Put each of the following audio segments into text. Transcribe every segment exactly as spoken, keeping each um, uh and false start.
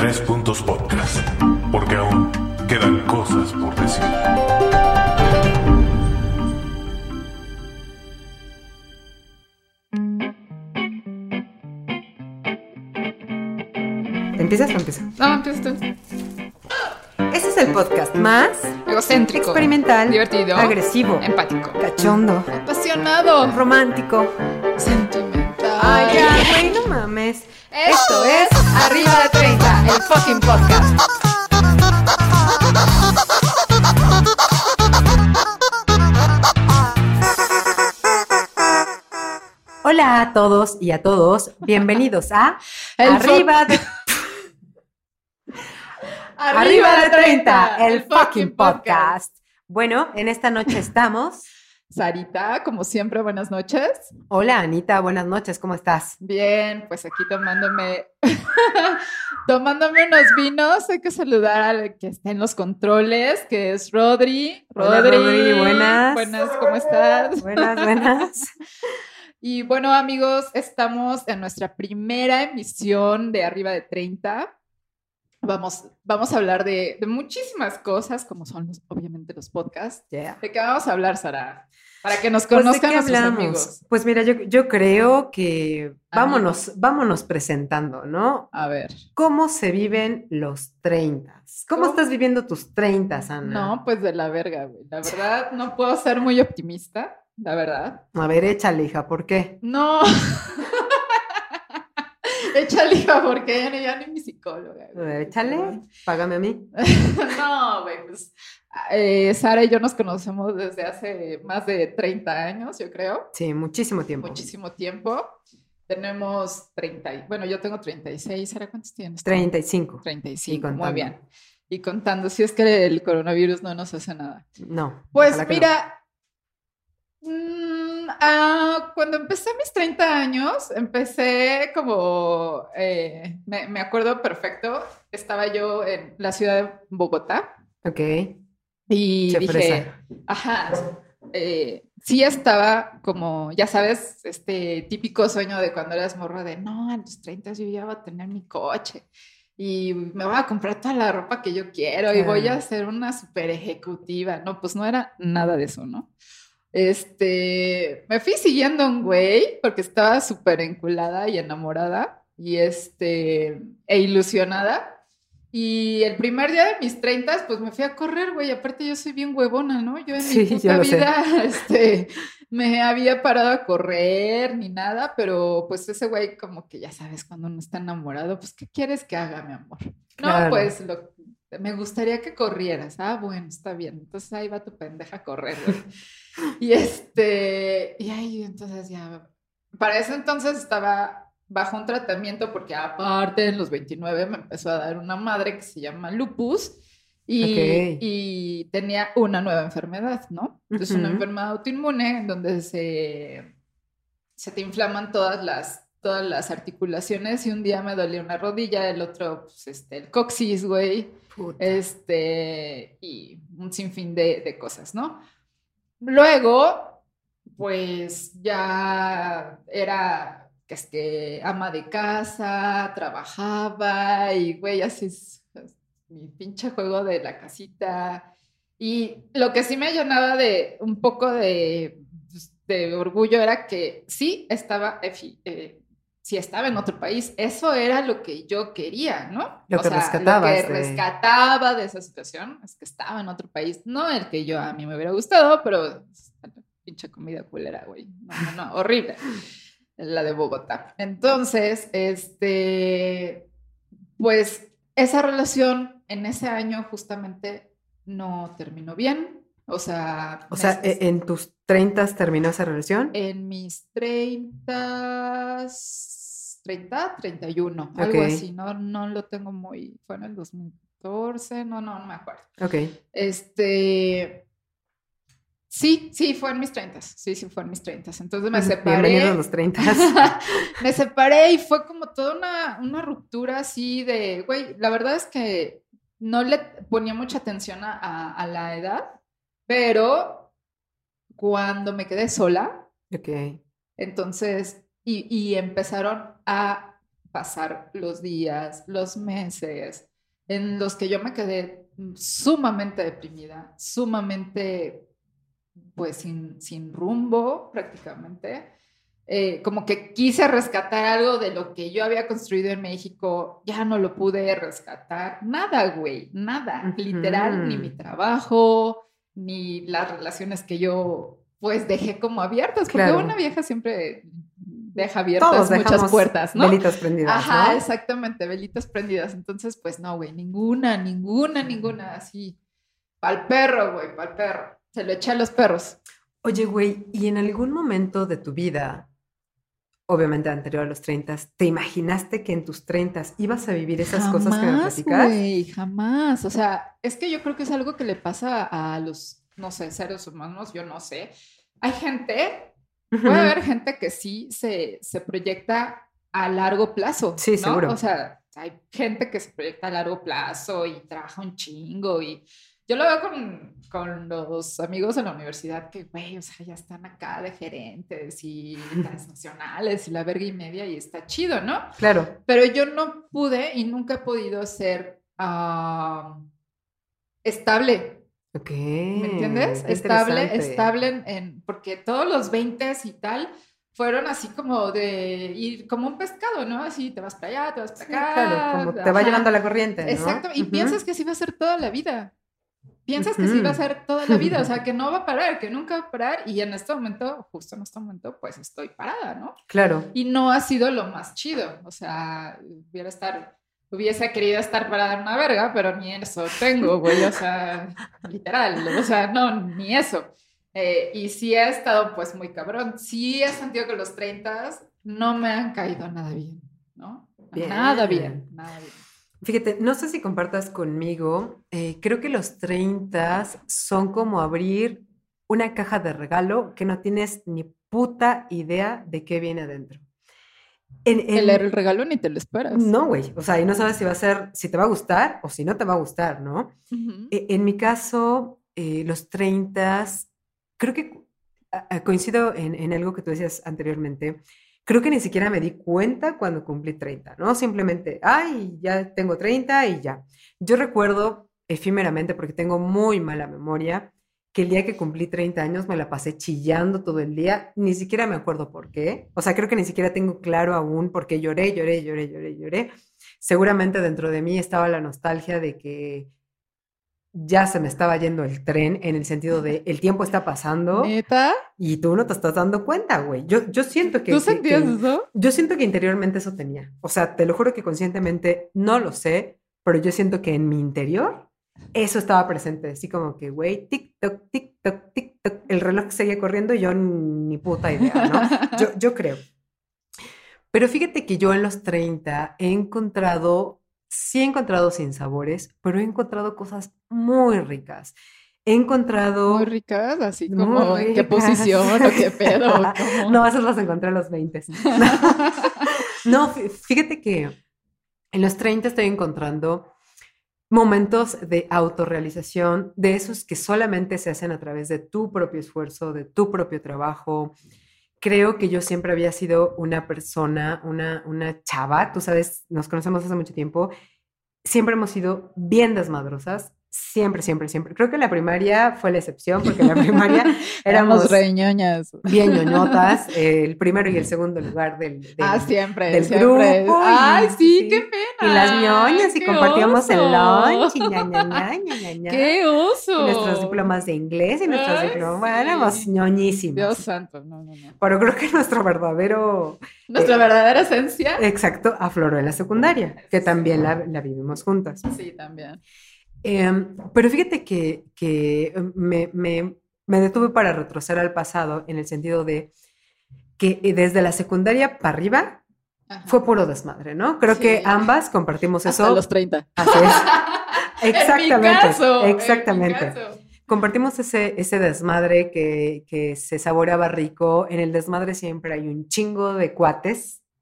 Tres Puntos Podcast, porque aún quedan cosas por decir. ¿Empiezas o empiezas? No, empiezas tú. Este es el podcast más Egocéntrico, experimental, divertido, agresivo, empático, cachondo, apasionado, romántico. sentimental. Ay, ya, güey, no mames. Esto es Arriba de treinta, el fucking podcast. Hola a todos y a todos. Bienvenidos a El Arriba de... Arriba de treinta, el fucking podcast. Bueno, en esta noche estamos... Sarita, como siempre, buenas noches. Hola, Anita, buenas noches, ¿cómo estás? Bien, pues aquí tomándome tomándome unos vinos. Hay que saludar al que está en los controles, que es Rodri. Hola, Rodri, Rodri, buenas. Buenas, ¿cómo estás? Buenas, buenas. Y bueno, amigos, estamos en nuestra primera emisión de Arriba de treinta. Vamos, vamos a hablar de, de muchísimas cosas, como son los, obviamente los podcasts. Yeah. ¿De qué vamos a hablar, Sara? Para que nos Pues, conozcan ¿de qué nuestros hablamos? amigos. Pues mira, yo, yo creo que vámonos, vámonos presentando, ¿no? A ver. ¿Cómo se viven los treintas? ¿Cómo, ¿Cómo? estás viviendo tus treintas, Ana? No, pues de la verga, güey. La verdad, no puedo ser muy optimista, la verdad. A ver, échale, hija, ¿por qué? No. Échale, hija, porque ya, ni- ya ni mi psicóloga. A ver, échale, págame a mí. No, güey, pues eh, Sara y yo nos conocemos desde hace más de treinta años, yo creo. Sí, muchísimo tiempo. Muchísimo tiempo. Tenemos treinta, y, bueno, yo tengo treinta y seis. Sara, ¿cuántos tienes? treinta y cinco. treinta y Y cinco, contando. muy bien. Y contando, si es que el coronavirus no nos hace nada. No. Pues ojalá que mira, mm, ah, cuando empecé mis treinta años, empecé como, eh, me, me acuerdo perfecto, estaba yo en la ciudad de Bogotá no. Ok. y Che dije, fresa. ajá, eh, sí estaba como, ya sabes, este típico sueño de cuando eras morro de, no, en tus treinta yo ya voy a tener mi coche. Y me voy a comprar toda la ropa que yo quiero y voy a ser una super ejecutiva. No, pues no era nada de eso, ¿no? Este, me fui siguiendo a un güey porque estaba súper enculada y enamorada y este, e ilusionada. Y el primer día de mis treintas, pues me fui a correr, güey. Aparte yo soy bien huevona, ¿no? Yo en Sí, mi yo puta lo sé. vida, este, me había parado a correr ni nada, pero pues ese güey como que ya sabes, cuando uno está enamorado, pues ¿qué quieres que haga, mi amor? Claro. No, pues lo, me gustaría que corrieras. Ah, bueno, está bien. Entonces ahí va tu pendeja a correr, güey. Y este, y ahí entonces ya, para ese entonces estaba bajo un tratamiento porque aparte en los veintinueve me empezó a dar una madre que se llama lupus y, Ok. y tenía una nueva enfermedad, ¿no? Es una Ujú. enfermedad autoinmune en donde se, se te inflaman todas las, todas las articulaciones y un día me dolía una rodilla, el otro, pues, este, el coxis, güey, Puta. este, y un sinfín de, de cosas, ¿no? Luego, pues ya era que es que ama de casa, trabajaba y güey, así es, es mi pinche juego de la casita. Y lo que sí me llenaba de un poco de, de orgullo era que sí estaba, efi- eh, sí estaba en otro país. Eso era lo que yo quería, ¿no? Lo O que sea, rescatabas Lo que de- rescataba de esa situación es que estaba en otro país. No el que yo a mí me hubiera gustado, pero pinche comida culera, güey. No, no, no, horrible. La de Bogotá. Entonces, este, pues esa relación en ese año justamente no terminó bien. O sea, O sea, me- ¿e- ¿en tus treintas terminó esa relación? en mis treinta, treinta, treinta y uno, algo Ok. así, no, no lo tengo muy, fue en el dos mil catorce, no, no, no me acuerdo. Ok. Este, sí, sí, fue en mis treintas, sí, sí, fue en mis treintas. Entonces me separé. Bienvenidos a los treintas. Me separé y fue como toda una, una ruptura así de, güey, la verdad es que no le ponía mucha atención a, a- a la edad, pero cuando me quedé sola, Ok. entonces, y, y empezaron a pasar los días, los meses en los que yo me quedé sumamente deprimida, sumamente, pues, sin, sin rumbo prácticamente. Eh, como que quise rescatar algo de lo que yo había construido en México, ya no lo pude rescatar. Nada, güey, nada. Ujú. Literal, ni mi trabajo, ni las relaciones que yo, pues, dejé como abiertas, porque Claro. una vieja siempre deja abiertas Todos muchas dejamos puertas, ¿no? velitas prendidas, Ajá, ¿no? exactamente, velitas prendidas. Entonces, pues no, güey, ninguna, ninguna, ninguna, así. Pa'l perro, güey, pa'l perro. Se lo eché a los perros. Oye, güey, ¿y en algún momento de tu vida, obviamente anterior a los treinta, te imaginaste que en tus treinta ibas a vivir esas cosas que me Jamás, platicas? güey, jamás. O sea, es que yo creo que es algo que le pasa a los, no sé, seres humanos, yo no sé. Hay gente, puede Ujú. haber gente que sí se, se proyecta a largo plazo, Sí, ¿no? seguro. O sea, hay gente que se proyecta a largo plazo y trabaja un chingo y yo lo veo con, con los amigos de la universidad que, güey, o sea, ya están acá de gerentes y transnacionales y la verga y media y está chido, ¿no? Claro. Pero yo no pude y nunca he podido ser ah, estable, Ok. ¿me entiendes? Qué Estable, interesante. estable en, en- porque todos los veinte y tal fueron así como de ir como un pescado, ¿no? Así te vas para allá, te vas para Sí, acá. claro, como te va ajá. llevando la corriente, ¿no? Exacto, y Ujú. piensas que así va a ser toda la vida. Piensas que sí va a Ujú. ser toda la vida, o sea, que no va a parar, que nunca va a parar, y en este momento, justo en este momento, pues estoy parada, ¿no? Claro. Y no ha sido lo más chido, o sea, hubiera estar, hubiese querido estar parada en una verga, pero ni eso tengo, güey, o sea, literal, o sea, no, ni eso. Eh, y sí he estado, pues, muy cabrón. Sí he sentido que los treinta no me han caído nada bien, ¿no? Bien. Nada bien, nada bien. Fíjate, no sé si compartas conmigo, eh, creo que los treinta son como abrir una caja de regalo que no tienes ni puta idea de qué viene adentro. En, en- El, el regalo ni te lo esperas. no, güey, o sea, y no sabes si va a ser, si te va a gustar o si no te va a gustar, ¿no? Uh-huh. E- En mi caso, eh, los treinta, creo que a- a- coincido en, en algo que tú decías anteriormente. Creo que ni siquiera me di cuenta cuando cumplí treinta, ¿no? Simplemente, ay, ya tengo treinta y ya. Yo recuerdo efímeramente, porque tengo muy mala memoria, que el día que cumplí treinta años me la pasé chillando todo el día. Ni siquiera me acuerdo por qué. O sea, creo que ni siquiera tengo claro aún por qué lloré, lloré, lloré, lloré, lloré. Seguramente dentro de mí estaba la nostalgia de que ya se me estaba yendo el tren, en el sentido de el tiempo está pasando ¿Neta? y tú no te estás dando cuenta, güey. Yo, yo siento que, ¿Tú que- sentías que- eso? yo siento que interiormente eso tenía. O sea, te lo juro que conscientemente no lo sé, pero yo siento que en mi interior eso estaba presente. Así como que, güey, tic-toc, tic-toc, tic-toc. El reloj seguía corriendo y yo ni puta idea, ¿no? Yo, yo creo. Pero fíjate que yo en los treinta he encontrado, sí he encontrado sinsabores, pero he encontrado cosas muy ricas. He encontrado... Muy ricas, así Muy como en qué ricas. posición o qué pedo. ¿cómo? No, esas las encontré a los veinte. No, fí- fíjate que en los treinta estoy encontrando momentos de autorrealización, de esos que solamente se hacen a través de tu propio esfuerzo, de tu propio trabajo. Creo que yo siempre había sido una persona, una, una chava, tú sabes, nos conocemos hace mucho tiempo, siempre hemos sido bien desmadrosas, siempre, siempre, siempre. Creo que la primaria fue la excepción, porque en la primaria éramos Éramos reñoñas. bien ñoñotas, eh, el primero y el segundo lugar del, del, Ah, siempre, del siempre. grupo. Ay, y, sí, qué pena. Y las ñoñas, y Qué compartíamos el oso. lunch, y ña, ña, ña, ña, ña, ña. ¡Qué oso! Y nuestros diplomas de inglés y nuestros Ay, diplomas, sí. bueno, éramos ñoñísimas. Dios santo, no, no, no. Pero creo que nuestro verdadero, Nuestra Eh, verdadera esencia. exacto, afloró en la secundaria, que también la, la vivimos juntas. Sí, también. Eh, pero fíjate que, que me, me, me detuve para retroceder al pasado, en el sentido de que desde la secundaria para arriba Ajá. fue puro desmadre, ¿no? Creo Sí. que ambas compartimos Hasta eso. los treinta. Así es. Exactamente. En mi caso, exactamente. en mi caso. Compartimos ese, ese desmadre que, que se saboreaba rico. En el desmadre siempre hay un chingo de cuates,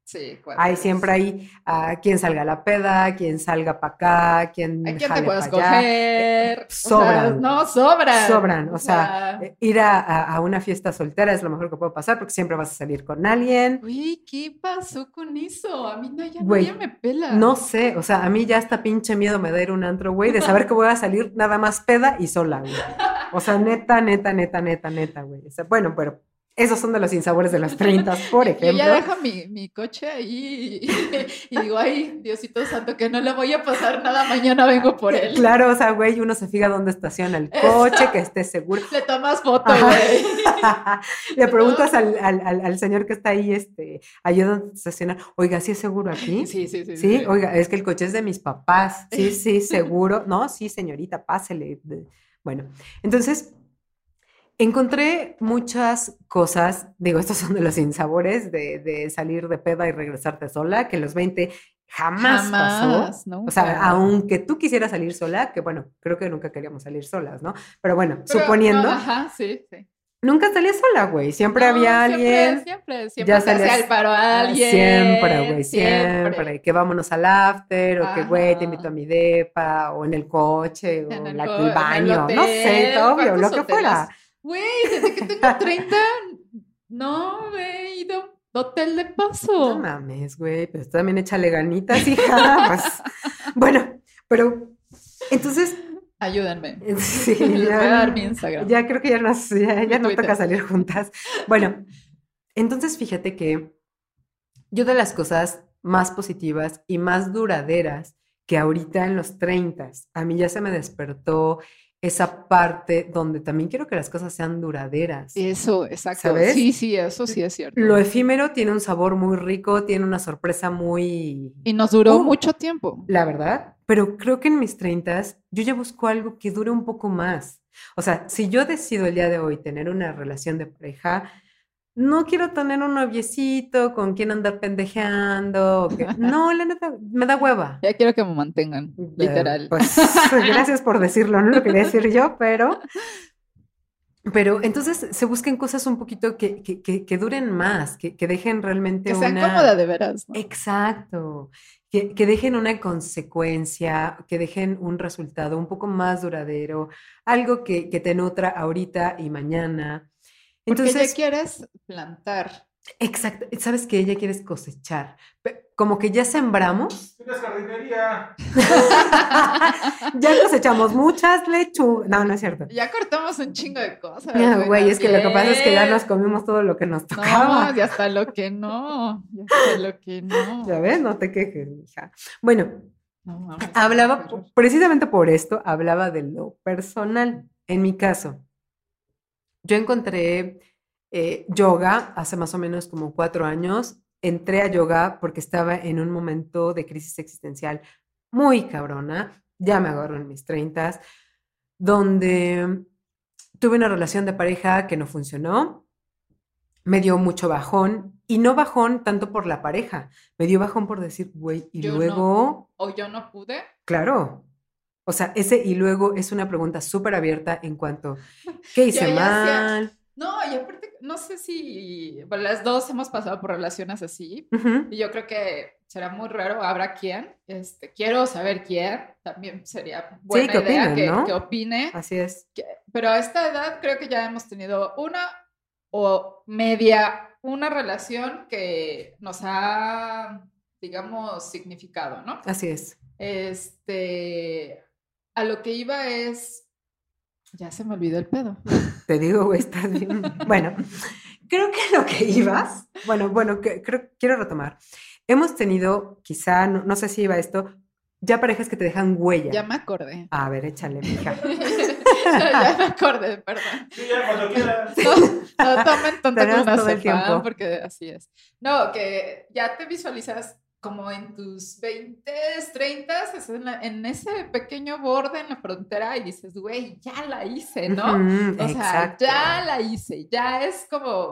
Sí, Hay siempre ahí a quien salga a la peda, quien salga para acá, quien ¿A quién te jale puedes pa' allá. Eh, coger? sobran. O sea, no, sobran. Sobran. O O sea, sea, eh, ir a, a- a una fiesta soltera es lo mejor que puede pasar porque siempre vas a salir con alguien. uy, ¿qué pasó con eso? A mí no, ya Güey, nadie me pela. no sé, o sea, a mí ya hasta pinche miedo me da ir a un antro, güey, de saber que voy a salir nada más peda y sola, güey. O sea, neta, neta, neta, neta, neta, güey. O sea, bueno, pero esos son de los sinsabores de los treinta, por Yo ejemplo. ya dejo mi, mi coche ahí y, y digo, ay, Diosito Santo, que no le voy a pasar nada, mañana vengo por él. Claro, o sea, güey, uno se fija dónde estaciona el coche, que esté seguro. Le tomas foto, Ajá. güey. Le preguntas al, al, al, al señor que está ahí, este, ayudando a estacionar, oiga, ¿sí es seguro aquí? Sí, sí, sí. Sí, oiga, es que el coche es de mis papás. Sí, sí, seguro. No, sí, señorita, pásele. De- Bueno, entonces encontré muchas cosas, digo, estos son de los sinsabores de, de salir de peda y regresarte sola, que en los veinte jamás, pasó. Jamás, O sea, nunca. aunque tú quisieras salir sola, que bueno, creo que nunca queríamos salir solas, ¿no? Pero bueno, Pero, suponiendo, no, ajá, sí, sí. nunca salías sola, güey. Siempre No, había siempre, alguien. Siempre, siempre Ya te hacía salías- el paro a Ah, alguien. Siempre, güey, siempre. siempre. Que vámonos al after, o que, güey, te Ajá. invito a mi depa, o en el coche, o En el, la- co- el en el baño, hotel, no sé, obvio, ¿cuántos lo que hoteles? fuera. Güey, desde que tengo treinta, no he ido a un hotel de No paso. mames, güey, pero tú también échale ganitas, hija. Pues, bueno, pero entonces, Ayúdenme. sí, Les ya, voy a dar mi Instagram. ya creo que ya, nos, ya, ya Mi no Twitter. toca salir juntas. Bueno, entonces fíjate que yo de las cosas más positivas y más duraderas que ahorita en los treinta, a mí ya se me despertó esa parte donde también quiero que las cosas sean duraderas. Eso, exacto. ¿Sabes? Sí, sí, eso sí es cierto. Lo efímero tiene un sabor muy rico, tiene una sorpresa muy... Y nos duró Uh, mucho tiempo. La verdad, pero creo que en mis treintas yo ya busco algo que dure un poco más. O sea, si yo decido el día de hoy tener una relación de pareja, no quiero tener un noviecito con quien andar pendejeando. o que- No, la neta, me da hueva. Ya quiero que me mantengan, Eh, literal. Pues gracias por decirlo, no lo quería decir yo, pero... Pero entonces se busquen cosas un poquito que, que, que, que duren más, que, que dejen realmente Que sean una... cómodas de veras, ¿no? Exacto. Que, que dejen una consecuencia, que dejen un resultado un poco más duradero, algo que, que te nutra ahorita y mañana. Porque Entonces, ya quieres plantar. exacto, sabes que ella quieres cosechar. Pe- Como que ya sembramos, Tienes jardinería. ya cosechamos muchas lechugas. No, no es cierto. Ya cortamos un chingo de cosas. Ya, güey, es que lo que pasa es que ya nos también. comimos todo lo que nos tocaba. No, ya hasta lo que no. Ya hasta lo que no. Ya ves, no te quejes, hija. Bueno, No, mames, hablaba, qué horror. precisamente por esto, hablaba de lo personal. En mi caso, yo encontré eh, yoga hace más o menos como cuatro años. Entré a yoga porque estaba en un momento de crisis existencial muy cabrona. Ya me agarro en mis treintas, donde tuve una relación de pareja que no funcionó. Me dio mucho bajón. Y no bajón tanto por la pareja. Me dio bajón por decir, güey, y Yo no. luego... O yo no pude. Claro. O sea, ese y luego es una pregunta súper abierta en cuanto, ¿qué hice Ya, ya hacía- mal? No, y aparte, no sé si bueno, las dos hemos pasado por relaciones así. Ujú. Y yo creo que será muy raro, habrá quién. Este, quiero saber quién. También sería buena que idea opinen, que, ¿no? que opine. Así es. Que- pero a esta edad creo que ya hemos tenido una o media, una relación que nos ha, digamos, significado, ¿no? Así es. Este, a lo que iba es, ya se me olvidó el pedo. Te digo, güey, estás bien. Bueno, creo que lo que ibas, bueno, bueno, que, creo, quiero retomar. Hemos tenido, quizá, no, no sé si iba esto, ya parejas que te dejan huella. Ya me acordé. A ver, échale, mija. Ya me acordé, perdón. Sí, ya cuando quieras. No, no tomen tanto Tenemos como una todo el sopa, tiempo. porque así es. No, que ya te visualizas como en tus veinte, treinta, en, la- en ese pequeño borde en la frontera y dices, güey, ya la hice, ¿no? Ujú, O sea, exacto. ya la hice, ya es como,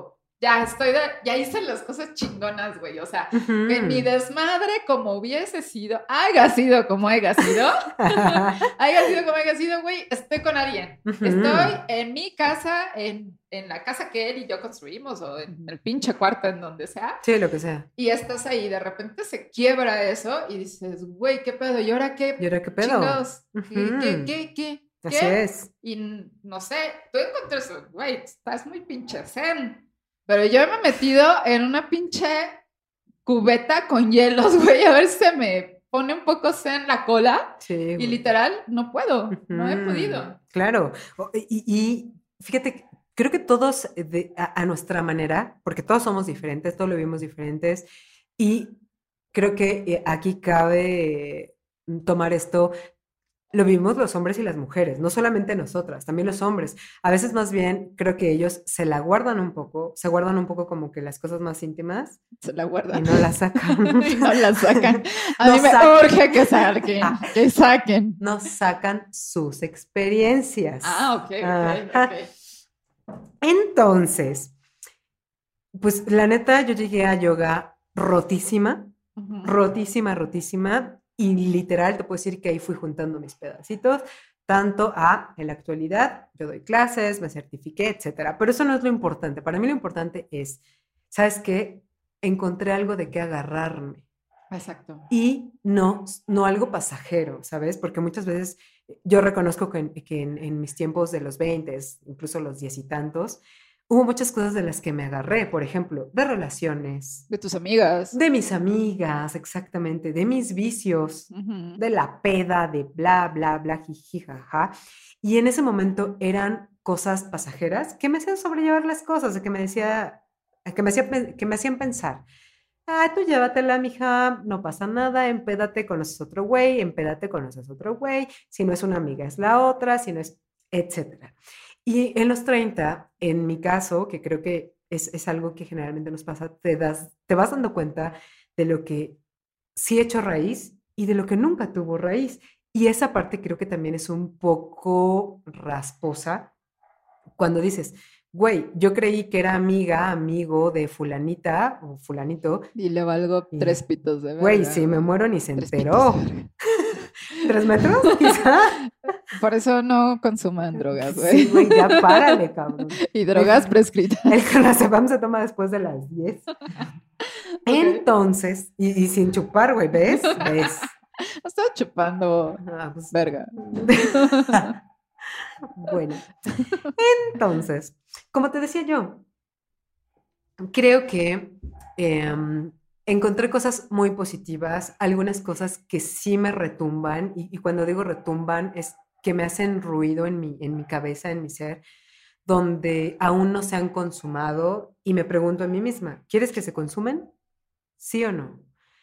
ya estoy, de, ya hice las cosas chingonas, güey. O sea, Ujú. en mi desmadre, como hubiese sido, haya sido como haya sido, haya sido como haya sido, güey, estoy con alguien. Ujú. Estoy en mi casa, en, en la casa que él y yo construimos, o en el pinche cuarto, en donde sea. Sí, lo que sea. Y estás ahí, de repente se quiebra eso y dices, güey, ¿qué pedo? ¿Y ahora qué? ¿Y ahora qué pedo? Chingados. ¿Qué, Ujú. qué, qué, qué? Así ¿Qué? es. Y no sé, tú encuentras, güey, estás muy pinche zen. Pero yo me he metido en una pinche cubeta con hielos, güey, a ver si se me pone un poco zen la cola. Sí, Y güey. literal, no puedo, no he Ujú. podido. Claro. O- Y, y fíjate, creo que todos eh, de- a, a nuestra manera, porque todos somos diferentes, todos lo vivimos diferentes, y creo que eh, aquí cabe eh, tomar esto. Lo vimos los hombres y las mujeres, no solamente nosotras, también los hombres. A veces más bien creo que ellos se la guardan un poco, se guardan un poco como que las cosas más íntimas Se la y guardan. no las sacan. Y no la sacan. A No mí me sacan. urge que saquen, que saquen. No sacan sus experiencias. Ah, ok, ok, Ajá. ok. Entonces, pues la neta, yo llegué a yoga rotísima, Ujú. rotísima, rotísima, y literal te puedo decir que ahí fui juntando mis pedacitos, tanto a, en la actualidad, yo doy clases, me certifiqué, etcétera. Pero eso no es lo importante. Para mí lo importante es, ¿sabes qué? Encontré algo de qué agarrarme. Exacto. Y no, no algo pasajero, ¿sabes? Porque muchas veces yo reconozco que en, que en, en mis tiempos de los veinte, incluso los diez y tantos, hubo muchas cosas de las que me agarré, por ejemplo, de relaciones, De tus amigas. de mis amigas, exactamente, de mis vicios, Ujú. de la peda, de bla, bla, bla, jiji, jaja. Y en ese momento eran cosas pasajeras que me hacían sobrellevar las cosas, de que me decía, que me hacía, pen- que me hacían pensar. Ah, tú llévatela, mija, no pasa nada, empédate, conoces otro güey, empédate, conoces otro güey, si no es una amiga es la otra, si no es, etcétera. Y en los treinta, en mi caso, que creo que es, es algo que generalmente nos pasa, te das, te vas dando cuenta de lo que sí echó raíz y de lo que nunca tuvo raíz. Y esa parte creo que también es un poco rasposa cuando dices, güey, yo creí que era amiga, amigo de fulanita o fulanito. Y le valgo Y, tres pitos de verga. güey, si me muero ni se Tres enteró. pitos de verga. ¿Tres metros, quizá? Por eso no consuman drogas, güey. Sí, güey, ya párale, cabrón. Y drogas prescritas. El clonazepam se toma después de las diez. Entonces, y, y sin chupar, güey, ¿ves? ¿Ves? Estaba chupando Ah, pues, verga. bueno, entonces, como te decía yo, creo que em, encontré cosas muy positivas, algunas cosas que sí me retumban, y, y cuando digo retumban es que me hacen ruido en mi, en mi cabeza, en mi ser, donde aún no se han consumado, y me pregunto a mí misma, ¿quieres que se consumen? ¿Sí o no?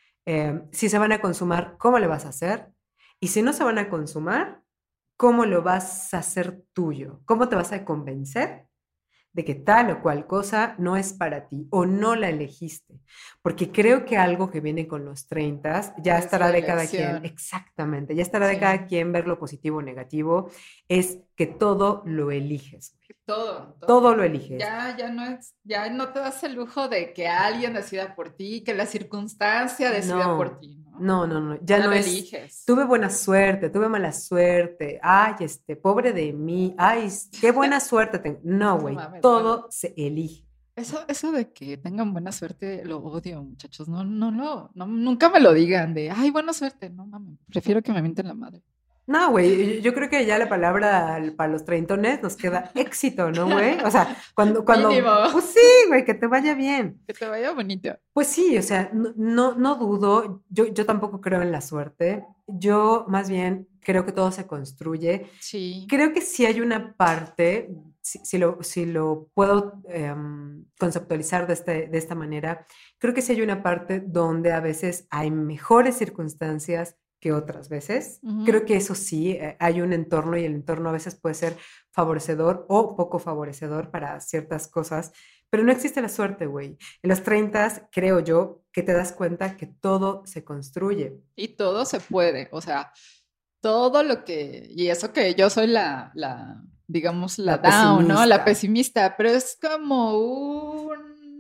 Eh, si se van a consumar, ¿cómo le vas a hacer? Y si no se van a consumar, ¿cómo lo vas a hacer tuyo? ¿Cómo te vas a convencer de que tal o cual cosa no es para ti o no la elegiste? Porque creo que algo que viene con los treinta ya Es estará la de cada quien, elección. exactamente, ya estará de Sí. cada quien ver lo positivo o negativo, es que todo lo eliges, güey. Todo, todo. Todo lo eliges. Ya, ya no es, ya no te das el lujo de que alguien decida por ti, que la circunstancia decida No, por ti, ¿no? no, no, no, ya Ya no lo es, eliges. tuve buena suerte, tuve mala suerte, ay, este, pobre de mí, ay, qué buena suerte tengo. No, No güey, mames, todo se elige. Eso, eso de que tengan buena suerte lo odio, muchachos. No, no, no, no, nunca me lo digan de, ay, buena suerte. No mames, prefiero que me mienten la madre. No, güey, yo, yo creo que ya la palabra al- para los treintones nos queda éxito, ¿no, güey? O sea, cuando, cuando, Mínimo. pues sí, güey, que te vaya bien. Que te vaya bonito. Pues sí, o sea, no, no, no dudo, yo, yo tampoco creo en la suerte, yo más bien creo que todo se construye. Sí. Creo que sí hay una parte, si, si lo, si lo puedo em, conceptualizar de, este, de esta manera, creo que sí hay una parte donde a veces hay mejores circunstancias que otras veces. Ujú. Creo que eso sí, eh, hay un entorno y el entorno a veces puede ser favorecedor o poco favorecedor para ciertas cosas, pero no existe la suerte, güey. En los treinta, creo yo, que te das cuenta que todo se construye. Y todo se puede. O sea, todo lo que. Y eso que yo soy la, la digamos, la, La down, ¿no? La pesimista. pesimista. Pero es como un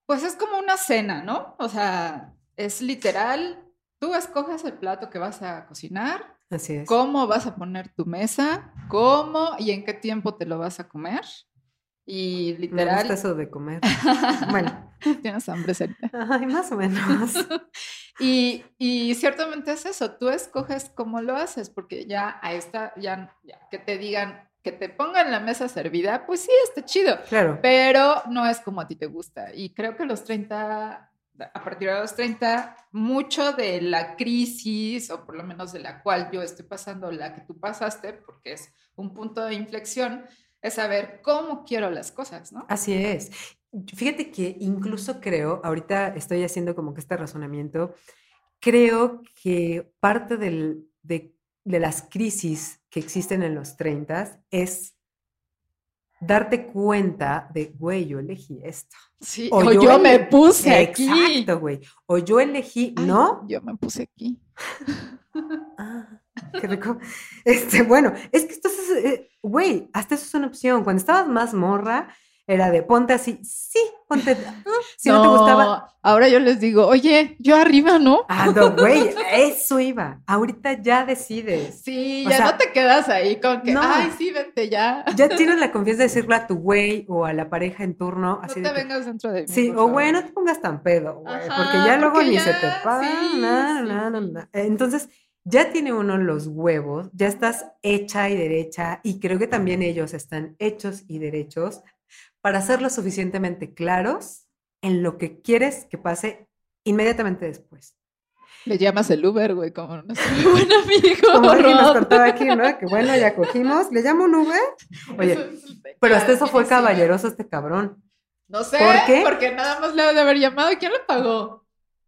Pues es como una cena, ¿no? O sea, es literal, tú escoges el plato que vas a cocinar, Así es. cómo vas a poner tu mesa, cómo y en qué tiempo te lo vas a comer. Y Me gusta literal, eso de comer. Bueno, tienes hambre, Sarita. ay, más o menos. Y, y ciertamente es eso, tú escoges cómo lo haces, porque ya a esta, ya, ya que te digan, que te pongan la mesa servida, pues sí, está chido, Claro. pero no es como a ti te gusta. Y creo que los treinta, a partir de los treinta, mucho de la crisis, o por lo menos de la cual yo estoy pasando, la que tú pasaste, porque es un punto de inflexión, es saber cómo quiero las cosas, ¿no? Así es. Fíjate que incluso creo, ahorita estoy haciendo como que este razonamiento, creo que parte del, de, de las crisis que existen en los treinta es darte cuenta de, güey, yo elegí esto. Sí, O o yo yo, ele- me puse aquí. Exacto, güey. O yo elegí, Ay, ¿no? yo me puse aquí. Ah, qué rico. Este, bueno, es que esto es, eh, güey, hasta eso es una opción. Cuando estabas más morra, era de ponte así, sí, ponte, ah, si no, te gustaba, ahora yo les digo, oye, yo arriba, ¿no? ah, no, güey, eso iba. Ahorita ya decides. Sí, O ya sea, no te quedas ahí con que, no. ay, sí, vente ya. Ya tienes la confianza de decirle a tu güey o a la pareja en turno, No así te de que, vengas dentro de mí, sí, por o güey, favor. no te pongas tan pedo, güey, Ajá, porque ya luego porque ni ya, se te paga, sí, na, sí, na, na, sí. na. Entonces, ya tiene uno los huevos, ya estás hecha y derecha, y creo que también ellos están hechos y derechos para ser lo suficientemente claros en lo que quieres que pase inmediatamente después. Le llamas el Uber, güey, como nuestro buen amigo Como alguien nos Rod. contaba aquí, ¿no? Que bueno, ya cogimos, ¿le llamo un Uber? Eso Oye, es de pero hasta eso fue clarísima. caballeroso este cabrón. No sé, ¿Por qué? porque nada más le ha de haber llamado. ¿Quién le pagó?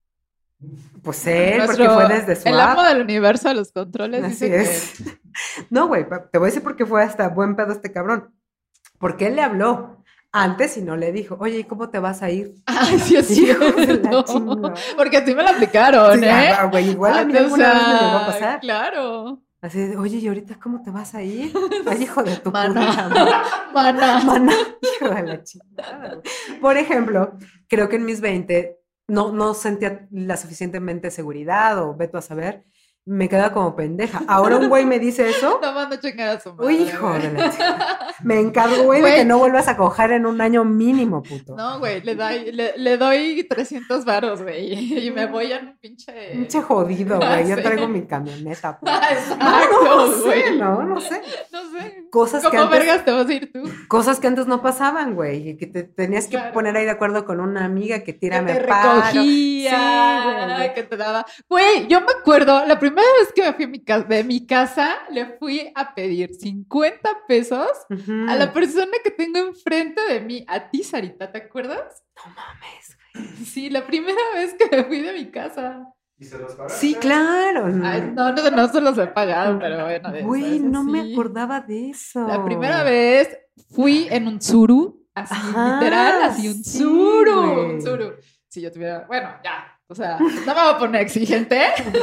Pues él, Nuestro- porque fue desde su el app. amo del universo a los controles Así dice es. que... No, güey, pa- te voy a decir por qué fue hasta buen pedo este cabrón. Porque él le habló antes y no le dijo, oye, ¿y cómo te vas a ir? Ay, sí es Hijos de la cierto. chingada. Porque a ti me la aplicaron, Sí, ¿eh? ah, güey, igual a mí Ah, o alguna vez me llegó a sea, pasar. Claro. Así de, oye, ¿y ahorita cómo te vas a ir? Ay, hijo de tu Mana. puta madre. Mana. Mana, hijo de la chingada, güey. Por ejemplo, creo que en mis veinte no, no sentía la suficientemente seguridad o veto a saber, me quedaba como pendeja. Ahora un güey me dice eso, No mando a chingar a su madre. uy, hijo güey. de la chingada. Me encargo, güey, de Güey. que no vuelvas a coger en un año mínimo, puto. No, güey, le doy, le, le doy trescientos varos, güey, y me voy en un pinche... Pinche jodido, güey. Yo Sí. traigo mi camioneta, puto. Exacto, No, no sé, güey. no, no sé. No sé. Cosas que ¿Cómo antes, vergas te vas a ir tú? cosas que antes no pasaban, güey, y que te tenías que Claro. poner ahí de acuerdo con una amiga que Que tírame te paro. recogía, Sí, güey. que te daba... Güey, yo me acuerdo, la primera vez que me fui a mi casa, de mi casa, le fui a pedir cincuenta pesos Ujú. a la persona que tengo enfrente de mí, a ti, Sarita, ¿te acuerdas? No mames, güey. Sí, la primera vez que me fui de mi casa. ¿Y se los pagaste? Sí, claro. Ay, no, no, no se los he pagado, pero bueno. de Güey, esas, no me sí. acordaba de eso. La primera vez fui en un tsuru, así Ajá, literal, así un sí, tsuru, güey. un tsuru. Si yo tuviera, bueno, ya, o sea, no me voy a poner exigente,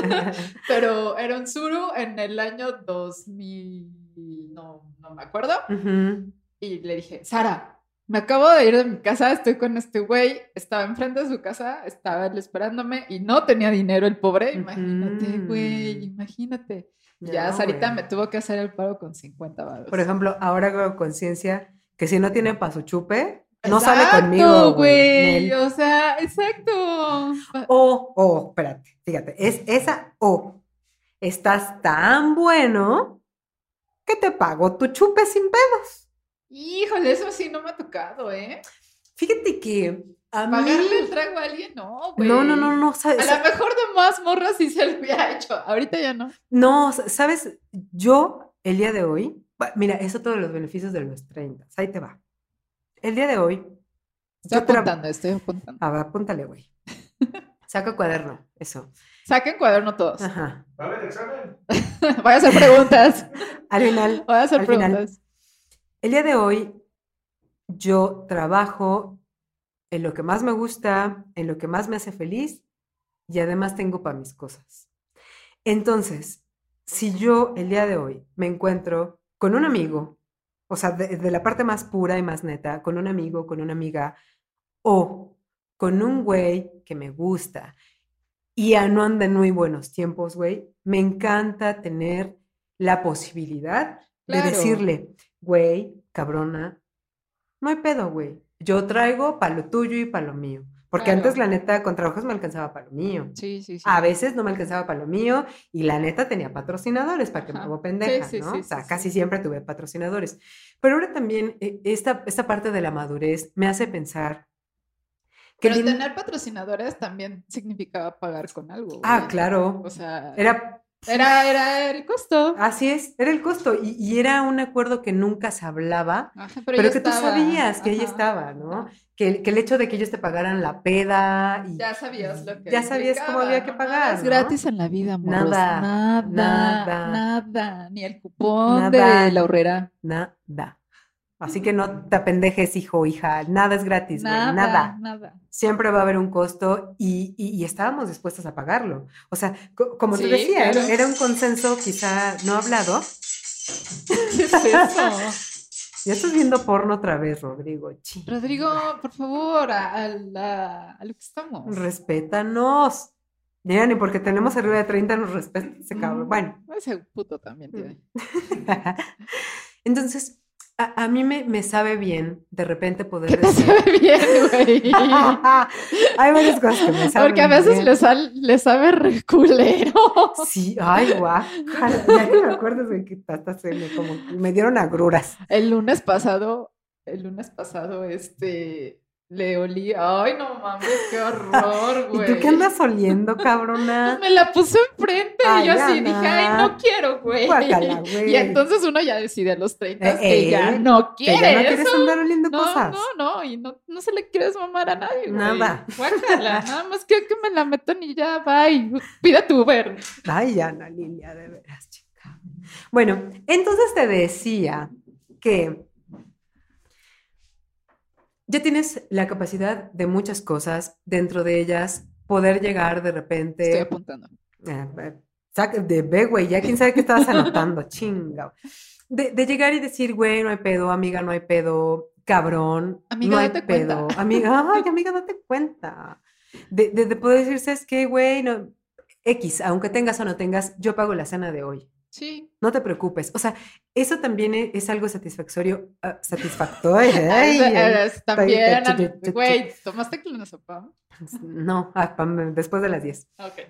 pero era un tsuru en el año dos mil, no, no me acuerdo, Ujú. y le dije, Sara, me acabo de ir de mi casa, estoy con este güey, estaba enfrente de su casa, estaba él esperándome y no tenía dinero el pobre, imagínate, Ujú. güey, imagínate. Ya, No, Sarita güey. me tuvo que hacer el paro con cincuenta baros. Por ejemplo, ahora hago conciencia que si no tiene pa' su chupe, no sale conmigo, Exacto, güey. Nel. O sea, exacto. O, o, espérate, fíjate, es esa o. Estás tan bueno que te pago tu chupe sin pedos. Híjole, eso sí no me ha tocado, ¿eh? Fíjate que a mí... Pagarle el trago a alguien, no, güey. No, no, no, no, A ¿sabes? lo mejor de más morras sí se lo hubiera hecho. Ahorita ya no. No, ¿sabes? Yo, el día de hoy, ba- mira, eso todos los beneficios de los treinta, ahí te va. El día de hoy, Estoy yo tra- apuntando, estoy apuntando. a ver, apúntale, güey. Saca cuaderno, eso. Saquen cuaderno todos. Ajá. ¿Vale el examen? Voy a hacer preguntas. Al final, Voy a hacer Al final. preguntas. el día de hoy, yo trabajo en lo que más me gusta, en lo que más me hace feliz y además tengo para mis cosas. Entonces, si yo el día de hoy me encuentro con un amigo, o sea, de, de la parte más pura y más neta, con un amigo, con una amiga, o con un güey que me gusta y ya no anda en muy buenos tiempos, güey, me encanta tener la posibilidad de Claro. decirle, güey, cabrona, no hay pedo, güey. Yo traigo para lo tuyo y para lo mío. Porque Claro. antes, la neta, con trabajos me alcanzaba para lo mío. Sí, sí, sí. A veces no me alcanzaba para lo mío y la neta tenía patrocinadores para que me Ajá. hago pendeja, Sí, sí, ¿no? sí, O sea, sí, casi sí. siempre tuve patrocinadores. Pero ahora también eh, esta, esta parte de la madurez me hace pensar que Pero el din- tener patrocinadores también significaba pagar con algo, Ah, güey. claro. O sea, Era, era, era el costo. así es, era el costo y, y era un acuerdo que nunca se hablaba, Ajá, pero pero ya que tú estaba. sabías que ahí Ajá, estaba, ¿no? ajá. Que, que el hecho de que ellos te pagaran la peda y Ya sabías lo que ya sabías cómo había que implicaba, ¿no? Nada pagar, es ¿no? gratis en la vida, morros. Nada, Nada, nada, nada. Ni el cupón de nada, la horrera. nada. Así que no te apendejes, hijo o hija, nada es gratis, güey, Nada, nada. nada. Siempre va a haber un costo y, y- y estábamos dispuestos a pagarlo. O sea, co- como tú Sí, decías, claro. era un consenso quizá no hablado. ¿Qué es eso? Ya estás viendo porno otra vez, Rodrigo. Chi. Rodrigo, por favor, a, a la- a lo que estamos. Respétanos. Mira, ni porque tenemos arriba de treinta nos respeta ese cabrón. Mm, Bueno. Ese puto también tiene. Entonces, a, a mí me, me sabe bien de repente poder ¿Qué te decir. sabe bien, güey? Hay varias cosas que me saben Porque a veces bien. le, sal- le sabe reculero. Sí, ay, guácala. Ya que me acuerdo de que hasta se me, como, me dieron agruras. El lunes pasado, el lunes pasado, este, le olí. Ay, no mames, qué horror, ¿Y güey. tú qué andas oliendo, Pues cabrona? me la puso enfrente Ay, y yo así Ana. dije, ay, no quiero, güey. Guácala, güey. Y entonces uno ya decide a los treinta Eh, que ya eh, no Que quiere ya no eso. quieres andar oliendo No, cosas. no, no, y no, no se le quieres mamar a nadie, güey. Nada. Guácala, nada más quiero que me la metan y ya, bye. Pida tu Uber. Ay, Ana Lilia, de veras, chica. Bueno, entonces te decía que ya tienes la capacidad de muchas cosas, dentro de ellas poder llegar de Estoy repente. apuntando. Eh, eh, saca- de ve, güey, ya quién sabe qué estabas anotando, chinga. De, de llegar y decir, güey, no hay pedo, amiga, no hay pedo, cabrón, Amiga, no hay date pedo, cuenta. amiga, ay, amiga, date cuenta. De, de, de poder decir, ¿sabes qué, güey? No, X, aunque tengas o no tengas, yo pago la cena de hoy. Sí. No te preocupes. O sea, eso también e- es algo satisfactorio, ah, satisfactorio. Ay, Es- ay, es también, estoy- ch- ch- ch- güey, ¿tomaste clonazepam? No, ah, pam, después de las diez. Ok.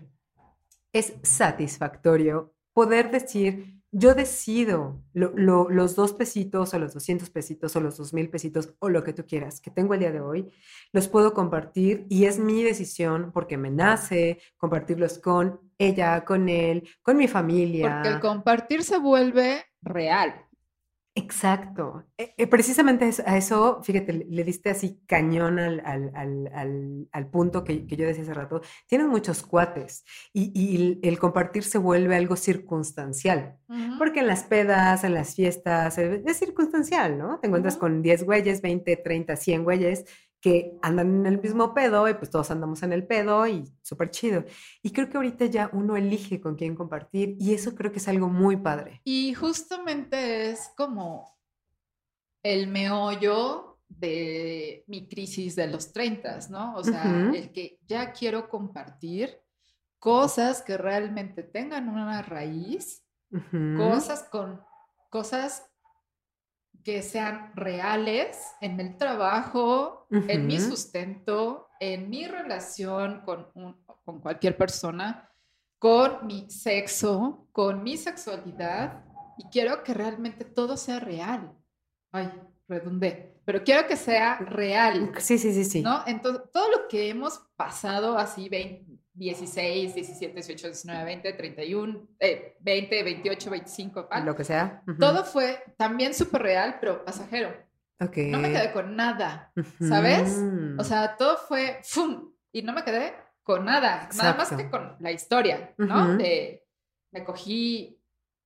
Es satisfactorio poder decir, yo decido lo- lo- los dos pesitos o los doscientos pesitos o los dos mil pesitos o lo que tú quieras que tengo el día de hoy, los puedo compartir y es mi decisión porque me nace compartirlos con ella, con él, con mi familia. Porque el compartir se vuelve real. Exacto. Eh, eh, precisamente es- a eso, fíjate, le, le diste así cañón al, al- al- al- al punto que, que yo decía hace rato. Tienes muchos cuates y, y el, el compartir se vuelve algo circunstancial. Ujú. Porque en las pedas, en las fiestas, eh, es circunstancial, ¿no? Te encuentras Ujú. con diez güeyes, veinte, treinta, cien güeyes que andan en el mismo pedo y pues todos andamos en el pedo y súper chido. Y creo que ahorita ya uno elige con quién compartir y eso creo que es algo muy padre. Y justamente es como el meollo de mi crisis de los treinta, ¿no? O sea, Ujú. el que ya quiero compartir cosas que realmente tengan una raíz, Ujú. cosas con cosas que sean reales en el trabajo, en mi Ujú. sustento, en mi relación con, un- con cualquier persona, con mi sexo, con mi sexualidad, y quiero que realmente todo sea real. Ay, redundé, pero quiero que sea real, Sí, sí, sí, sí. ¿no? Entonces, todo lo que hemos pasado así, veinte, dieciséis, diecisiete, dieciocho, diecinueve, veinte, treinta y uno, eh, veinte, veintiocho, veinticinco, ah, Lo que sea. Ujú. todo fue también súper real, pero pasajero. Ok. No me quedé con nada, ¿sabes? Ujú. O sea, todo fue ¡fum! Y no me quedé con nada, nada más Exacto. que con la historia, ¿no? Ujú. De me cogí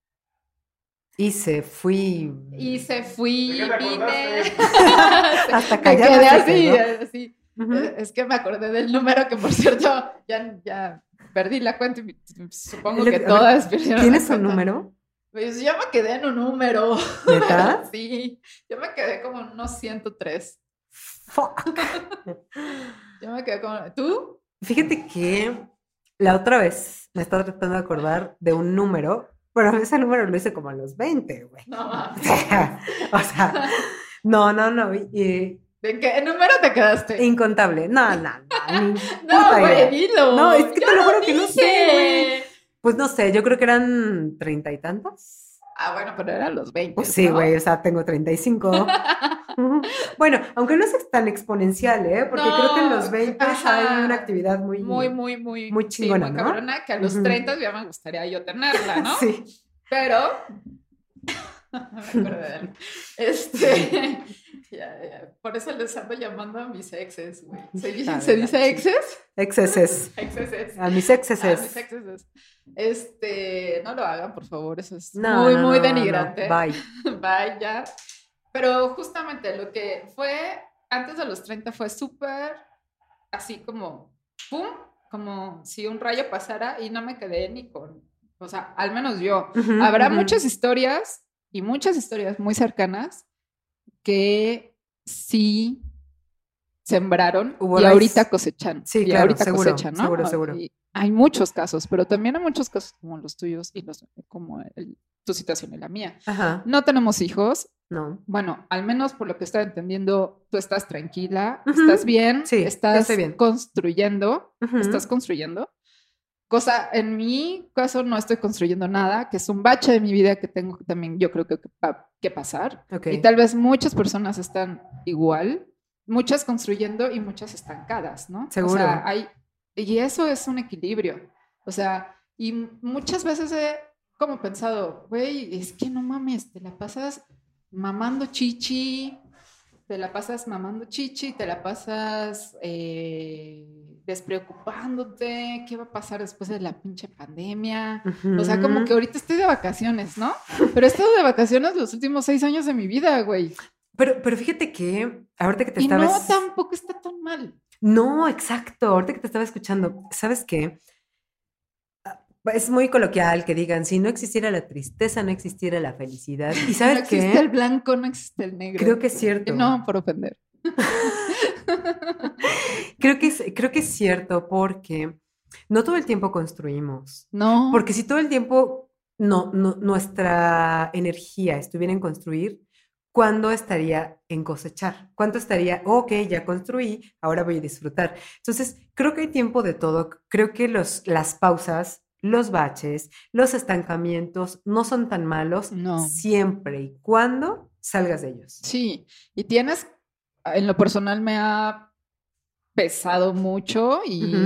Y se fui. y se fui, ¿De qué te vine. acordaste? Hasta Me callada quedé se así, quedó. así. Ujú. Eh, Es que me acordé del número que, por cierto, ya, ya perdí la cuenta y supongo Lo que que- a ver, todas perdieron la ¿Tienes un cuenta. número? Pues yo me quedé en un número. ¿Neta? Sí, yo me quedé como en unos ciento tres. Fuck. Yo me quedé como, ¿tú? Fíjate que la otra vez me estaba tratando de acordar de un número, pero ese número lo hice como a los veinte, güey. No mames. O sea, no, no, no. y- ¿De qué número te quedaste? incontable. No, no, no. ni No, puta güey, idea. dilo. No, es que Yo te lo juro que no dije. sé, güey. Pues no sé, yo creo que eran treinta y tantos. Ah, bueno, pero eran los veinte. Pues sí, ¿no? güey, o sea, tengo treinta y cinco. Ujú. Bueno, aunque no es tan exponencial, ¿eh? Porque creo que en los No, veinte ajá. hay una actividad muy... Muy, muy, muy, muy chingona, sí, muy ¿no? cabrona, que a los Ujú. treinta ya me gustaría yo tenerla, ¿no? Sí. Pero, me acuerdo de algo. Este, ya, ya, por eso les ando llamando a mis exes, güey. ¿Se, dice- La ¿se verdad, dice sí. exes? Exceses. Exes. A mis exes. A mis exes. Este, no lo hagan, por favor, eso es No, muy, no, muy no, denigrante. no. Bye. Vaya. Pero justamente lo que fue antes de los treinta fue súper así como, ¡pum! Como si un rayo pasara y no me quedé ni con, o sea, al menos yo. Ujú, Habrá ujú. muchas historias y muchas historias muy cercanas que sí sembraron Hubo y raíz. ahorita cosechan. Sí, y claro, ahorita seguro, cosechan, ¿no? seguro, seguro. Y hay muchos casos, pero también hay muchos casos como los tuyos y los como el- tu situación y la mía. Ajá. No tenemos hijos. No. Bueno, al menos por lo que estoy entendiendo, tú estás tranquila, Ujú. estás bien, Sí, yo estás estoy bien. construyendo, Ujú. estás construyendo. Cosa, en mi caso no estoy construyendo nada, que es un bache de mi vida que tengo también, yo creo que, que, pa- que pasar. Ok. Y tal vez muchas personas están igual, muchas construyendo y muchas estancadas, ¿no? Seguro. O sea, hay, y eso es un equilibrio. O sea, y muchas veces he como pensado, güey, es que no mames, te la pasas mamando chichi, te la pasas mamando chichi, te la pasas eh, despreocupándote, ¿qué va a pasar después de la pinche pandemia? Ujú. O sea, como que ahorita estoy de vacaciones, ¿no? Pero he estado de vacaciones los últimos seis años de mi vida, güey. Pero, pero fíjate que ahorita que te Y estaba... no, tampoco está tan mal. No, exacto. Ahorita que te estaba escuchando, ¿sabes qué? Ah, es muy coloquial que digan, si no existiera la tristeza, no existiera la felicidad. ¿Y No sabes existe qué? el blanco, no existe el negro. Creo que es cierto. No, por ofender. Creo que es, creo que es cierto porque no todo el tiempo construimos. No. Porque si todo el tiempo no, no- nuestra energía estuviera en construir, ¿cuándo estaría en cosechar? ¿Cuánto estaría, ok, ya construí, ahora voy a disfrutar? Entonces, creo que hay tiempo de todo. Creo que los, las pausas, los baches, los estancamientos no son tan malos No. siempre y cuando salgas de ellos. Sí, y tienes, en lo personal me ha pesado mucho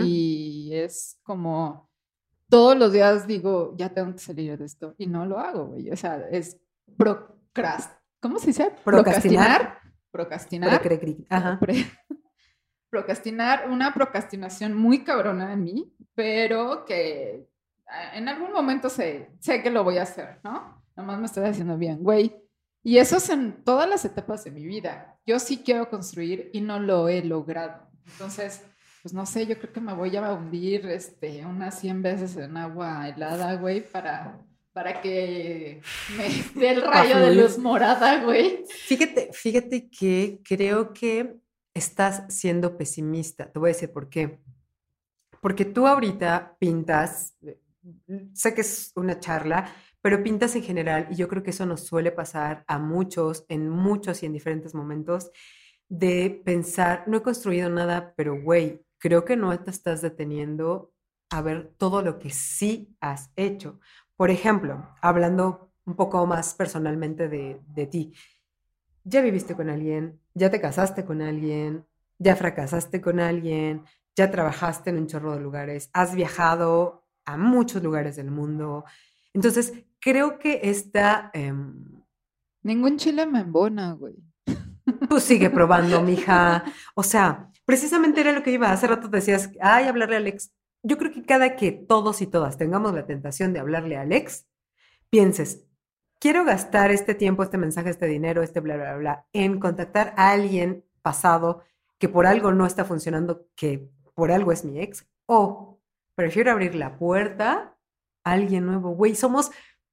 y es como todos los días digo, ya tengo que salir de esto y no lo hago, güey. O sea, es procrast, ¿cómo se dice? Procrastinar. Procrastinar. Pero cre- cre- Ajá. Pre- procrastinar, una procrastinación muy cabrona en mí, pero que ah, en algún momento sé, sé que lo voy a hacer, ¿no? Nomás me estoy haciendo bien, güey. Y eso es en todas las etapas de mi vida. Yo sí quiero construir y no lo he logrado. Entonces, pues no sé, yo creo que me voy a hundir este, unas cien veces en agua helada, güey, para, para que me dé el rayo de luz morada, güey. Fíjate, fíjate que creo que estás siendo pesimista. Te voy a decir por qué. Porque tú ahorita pintas, eh, sé que es una charla, pero pintas en general y yo creo que eso nos suele pasar a muchos, en muchos y en diferentes momentos, de pensar, no he construido nada, pero güey, creo que no te estás deteniendo a ver todo lo que sí has hecho. Por ejemplo, hablando un poco más personalmente de, de ti, ya viviste con alguien, ya te casaste con alguien, ya fracasaste con alguien, ya trabajaste en un chorro de lugares, has viajado a muchos lugares del mundo. Entonces, creo que esta... em, Ningún chile me embona, güey. Tú sigue probando, mija. O sea, precisamente era lo que iba. Hace rato decías, ay, hablarle a Alex. Yo creo que cada que todos y todas tengamos la tentación de hablarle a Alex, pienses, quiero gastar este tiempo, este mensaje, este dinero, este bla, bla, bla, en contactar a alguien pasado que por algo no está funcionando, que por algo es mi ex, o prefiero abrir la puerta a alguien nuevo. Güey, somos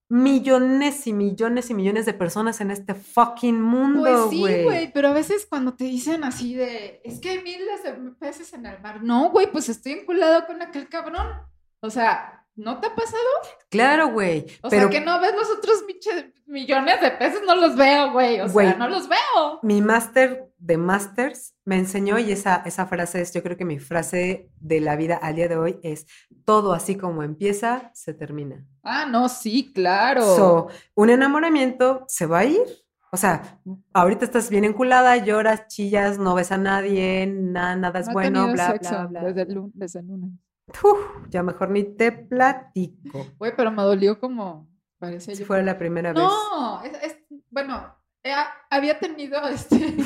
millones y millones y millones de personas en este fucking mundo, Pues güey. sí, güey, pero a veces cuando te dicen así de, es que hay miles de peces en el mar. No, güey, pues estoy enculado con aquel cabrón. O sea, ¿no te ha pasado? Claro, güey. O pero sea, que no ves los otros miche- millones de peces, no los veo, güey. O Güey. sea, no los veo. mi máster de masters me enseñó, y esa, esa frase es, yo creo que mi frase de la vida al día de hoy es, todo así como empieza, se termina. Ah, no, sí, claro. So, un enamoramiento se va a ir. O sea, ahorita estás bien enculada, lloras, chillas, no ves a nadie, na- nada es No he bueno, tenido bla, sexo bla, bla. Desde el, lu- desde el lunes. Uf, ya mejor ni te platico. Güey, pero me dolió como, parecía Si yo. fuera la primera vez. No, es, es- bueno, eh, había tenido este,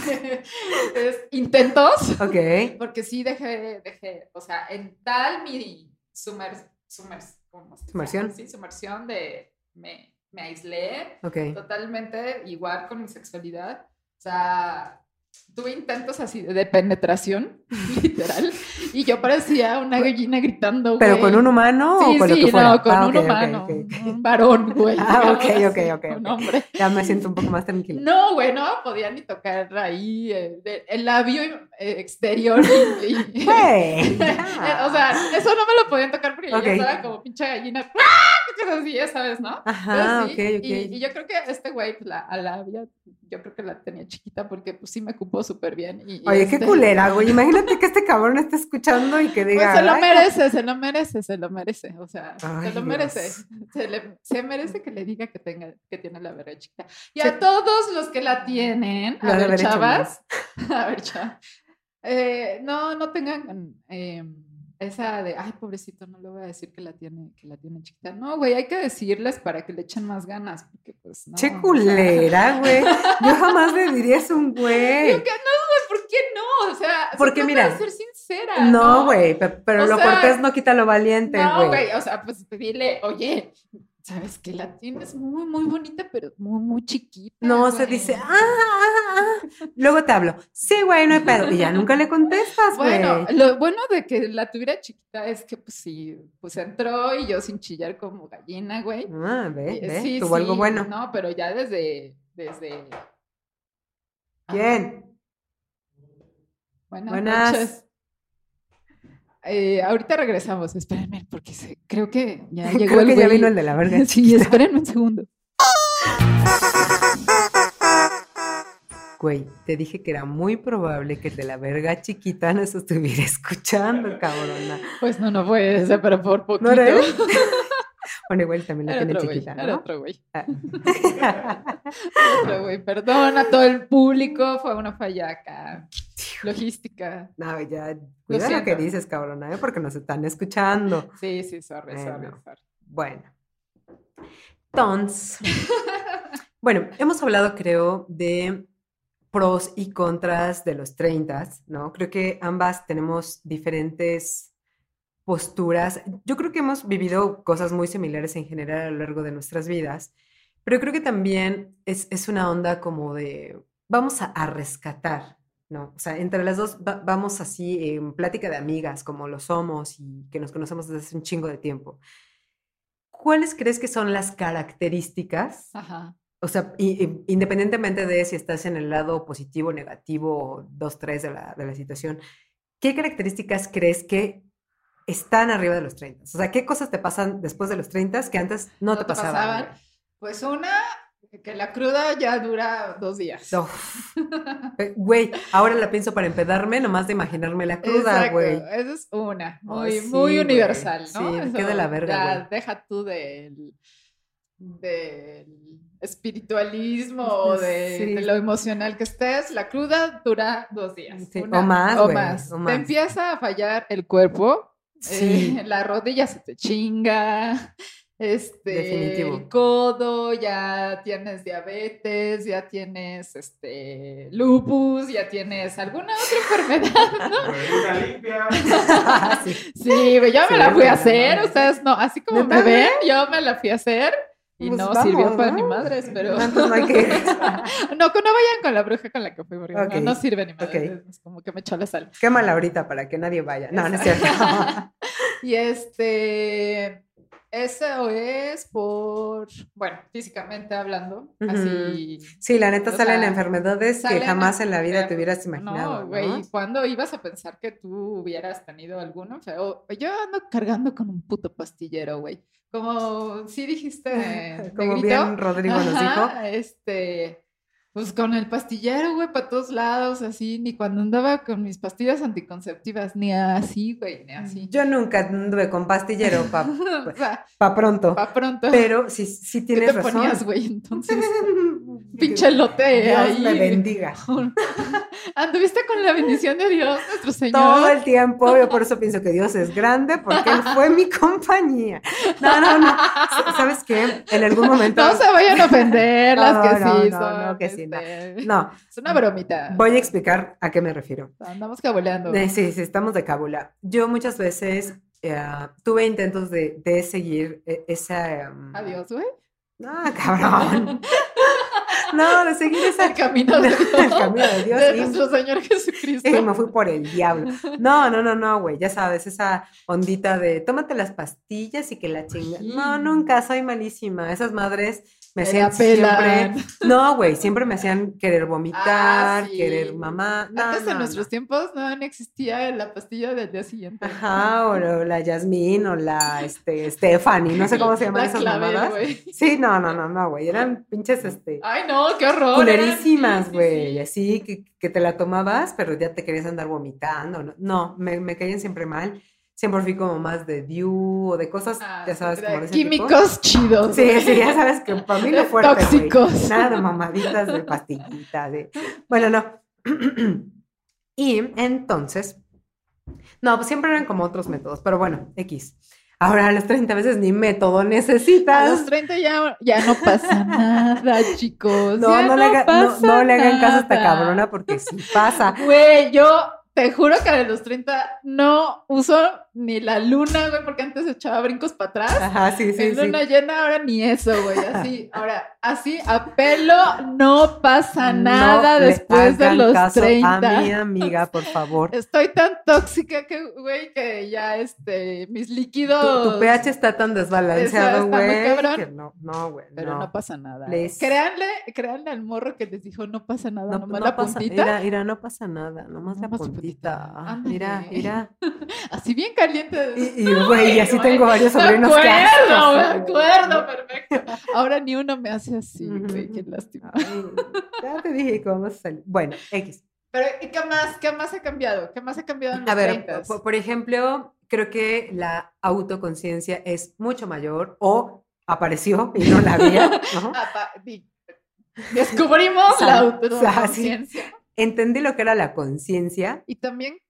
es- intentos, Ok. porque sí dejé, dejé, o sea, en tal mi sumer, sumer, ¿cómo se llama? Sumersión. Sí, sumersión de, me, me aislé Ok. totalmente, igual con mi sexualidad, o sea, tuve intentos así de, de penetración, literal, y yo parecía una gallina gritando, güey. ¿Pero con un humano Sí, o con lo sí, que fuera? no, con Ah, un ok, ok, humano, ok, ok. un varón, güey. Ah, ok, digamos ok, así, ok, un ok. hombre. Ya me siento un poco más tranquila. No, güey, no podía ni tocar ahí eh, de- el labio eh, exterior. Y, y- Güey, ya. o sea, eso no me lo podían tocar porque Ok. yo estaba como pinche gallina. Así, ya sabes, ¿no? Ajá, Pero sí, ok, ok. Y, y yo creo que este güey, pues, la, a la labia, yo creo que la tenía chiquita porque pues sí me cupo súper bien. Y, y Oye, qué este- culera, güey. Imagínate que este cabrón esté escuchando y que diga. Pues se lo "Ay, merece, se lo merece, se lo merece, o sea, Ay, se lo Dios. merece, se, le- se merece que le diga que tenga, que tiene la verga chiquita. Y Sí. a todos los que la tienen, Lo a ha de ver, haber hecho chavas, a ver, chavas, eh, no, no tengan eh, esa de, ay, pobrecito, no le voy a decir que la tiene, que la tiene chiquita. No, güey, hay que decirles para que le echen más ganas, porque pues no. Che o sea, culera, güey. Yo jamás le diría eso a un güey. digo que no, güey, ¿por qué no? O sea, se Porque trata mira, de ser sincera, No, güey, pe- pero O lo sea, cortés no quita lo valiente, No, güey. güey, o sea, pues dile, oye, ¿sabes qué? La tienes muy, muy bonita, pero muy, muy chiquita. No, se güey. dice, ah, ah, ah. Luego te hablo. Sí, güey, no hay pedo. Y ya nunca le contestas, güey. Bueno, lo bueno de que la tuviera chiquita es que, pues sí, pues entró y yo sin chillar como gallina, güey. Ah, ve, Eh, ve, sí, tuvo algo sí, bueno. No, pero ya desde, desde. Bien. Buenas, Buenas. noches. Eh, ahorita regresamos, espérenme, porque se- creo que ya llegó Creo el que ya güey. vino el de la verga Sí, chiquita. espérenme un segundo. Güey, te dije que era muy probable que el de la verga chiquita nos estuviera escuchando, cabrona. Pues no, no fue ese, pero por poquito. ¿No era él? Bueno, igual también la Era tiene otro güey, chiquita, era ¿no? otro güey. Ah. Era otro güey. Perdón a todo el público, fue una falla acá. Logística. No, ya, cuida lo, siento. que dices, cabrona, ¿eh? Porque nos están escuchando. Sí, sí, sorry, sorry, Bueno. sorry. Bueno. Entonces, bueno, hemos hablado, creo, de pros y contras de los treinta, ¿no? Creo que ambas tenemos diferentes posturas. Yo creo que hemos vivido cosas muy similares en general a lo largo de nuestras vidas, pero creo que también es, es una onda como de, vamos a, a rescatar, ¿no? O sea, entre las dos va- vamos así en plática de amigas, como lo somos y que nos conocemos desde hace un chingo de tiempo. ¿Cuáles crees que son las características? Ajá. O sea, i- i- independientemente de si estás en el lado positivo, negativo, dos, tres de la, de la situación, ¿qué características crees que están arriba de los treinta? O sea, ¿qué cosas te pasan después de los treinta que antes no, te pasaban? güey? Pues una, que la cruda ya dura dos días. No. Eh, Güey, ahora la pienso para empedarme, nomás de imaginarme la cruda, Exacto, güey. esa es una, muy, Ay, sí, muy güey. universal, ¿no? Sí, qué de la verga, ya güey. deja tú del, del espiritualismo o de, Sí. de lo emocional que estés, la cruda dura dos días. Sí, una- o más, o güey, más. o Te más. empieza a fallar el cuerpo, Sí. eh, la rodilla se te chinga, este, Definitivo. el codo, ya tienes diabetes, ya tienes este, lupus, ya tienes alguna otra enfermedad, ¿no? Una limpia. Sí. Sí, güey, yo me Sí, la fui a güey, hacer, no, no. ustedes no, así como ¿Neta? me ven, yo me la fui a hacer y Pues no vamos, sirvió para ¿no? ni madres, pero No, entonces no hay que... no, que no vayan con la bruja con la que fui, porque no- Ok, no, sirve ni madres, ok. es como que me echó la sal. Quémala ahorita para que nadie vaya. No, no es cierto. Y este, eso es por, bueno, físicamente hablando, Ujú. así. Sí, la neta O salen sea, enfermedades que salen jamás en la vida enfermedades. te hubieras imaginado, No, güey, ¿no? ¿cuándo ibas a pensar que tú hubieras tenido alguno? O sea, o- yo ando cargando con un puto pastillero, güey. Como sí dijiste, Como negrito. bien Rodrigo nos dijo. Ajá, este, pues con el pastillero, güey, para todos lados, así, ni cuando andaba con mis pastillas anticonceptivas, ni así, güey, ni así. Yo nunca anduve con pastillero pa, O sea, pa pronto, pa' pronto. pero sí, sí ¿Qué tienes te ponías, razón. güey, entonces? Pinche lote Dios ahí. me bendiga. Anduviste con la bendición de Dios, nuestro Señor. Todo el tiempo, yo por eso pienso que Dios es grande, porque Él fue mi compañía. No, no, no. S- ¿Sabes qué? En algún momento. No se vayan a ofender, las No, que no, sí no, son. no, que sí, no. este, No, Es una bromita. voy a explicar a qué me refiero. Andamos cabuleando. Eh, sí, sí, estamos de cábula. Yo muchas veces eh, tuve intentos de, de seguir eh, esa. um, Adiós, güey. No, cabrón. No, de seguir esa. El camino de Dios. El camino de Dios. De sí. nuestro Señor Jesucristo. Sí, me fui por el diablo. No, no, no, no, güey, ya sabes, esa ondita de tómate las pastillas y que la chinga. No, Sí. nunca, soy malísima. Esas madres me Me hacían la pelan. siempre. No, güey, siempre me hacían querer vomitar, Ah, sí. querer mamá. No, Antes no, en nuestros no. tiempos no existía la pastilla del día siguiente. Ajá, o lo- la Yasmín o la este, Stephanie, no sé cómo se llaman La esas clavel, mamadas. güey. Sí, no, no, no, no, güey, eran pinches, este, Ay, no, qué horror. culerísimas, Eran- sí, sí, güey, sí. así que, que te la tomabas, pero ya te querías andar vomitando. No, no, me, me caían siempre mal. Siempre fui como más de Dew o de cosas, Ah, ya sí, sabes, de como de ese tipo. químicos chidos. Sí, güey. sí, ya sabes que para mí lo fuerte, güey. Tóxicos. Nada de mamaditas, de pastillitas, de... Bueno, no. Y entonces, no, pues siempre eran como otros métodos, pero bueno, X. Ahora a los treinta veces ni método A los necesitas. treinta ya, ya no pasa nada, chicos. No, ya no, le, haga- no, pasa no le hagan caso a esta nada. cabrona porque sí pasa. Güey, yo te juro que a los treinta no uso ni la luna, güey, porque antes echaba brincos para atrás. Ajá, sí, sí, En sí. luna llena, ahora ni eso, güey. Así, ahora, así, a pelo no pasa nada No le después de hagan los caso treinta. a mi amiga, por favor. Estoy tan tóxica que, güey, que ya, este, mis líquidos... Tu, tu pH está tan desbalanceado, Está muy güey, cabrón. que no, no, güey, Pero no, no. pasa nada. Les- Créanle, créanle al morro que les dijo, no pasa nada, No, nomás no la pasa, puntita. mira, mira, no pasa nada, nomás la Nomás la puntita. puntita. Ah, Ándale. mira, mira. Así bien caliente. Y, y, güey, y así Güey, tengo varios sobrinos me que acuerdo, me asco, güey. acuerdo, perfecto. Ahora ni uno me hace así, güey, qué Ujú. lástima. Ay, ya te dije que vamos a salir. Bueno, X. Pero, ¿y qué más? ¿Qué más ha cambiado? ¿Qué más ha cambiado en los A ver, treinta? por, por ejemplo, creo que la autoconciencia es mucho mayor o apareció y no la había, ¿no? Ah, pa- di- Descubrimos la Sal- autoconciencia. Entendí lo que era la conciencia. Y también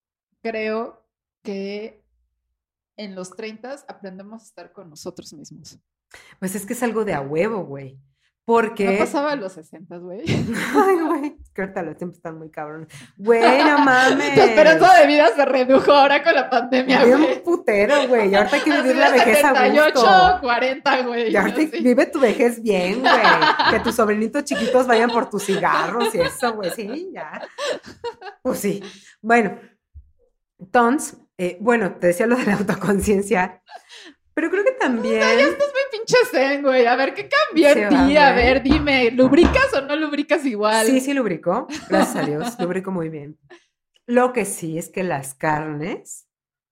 creo que en los treinta aprendemos a estar con nosotros mismos. Pues es que es algo de a huevo, güey. Porque. No pasaba a los sesenta, güey. Ay, güey, es que ahorita los tiempos están muy cabrones. Güey, no mames. Tu esperanza de vida se redujo ahora con la pandemia, Bien güey. putero, güey. Y ahorita hay que Así vivir de la vejez a setenta y ocho, gusto. cuarenta, güey. Y ahorita así. vive tu vejez bien, güey. Que tus sobrinitos chiquitos vayan por tus cigarros y eso, güey. Sí, ya. Pues sí. Bueno, entonces, eh, bueno, te decía lo de la autoconciencia. Pero creo que también. Estás muy pinche zen, güey. A ver, ¿qué cambió Sí, en ti? va, A güey. ver, dime, ¿lubricas o no lubricas igual? Sí, sí lubricó. Gracias a Dios. Lubrico muy bien. Lo que sí es que las carnes,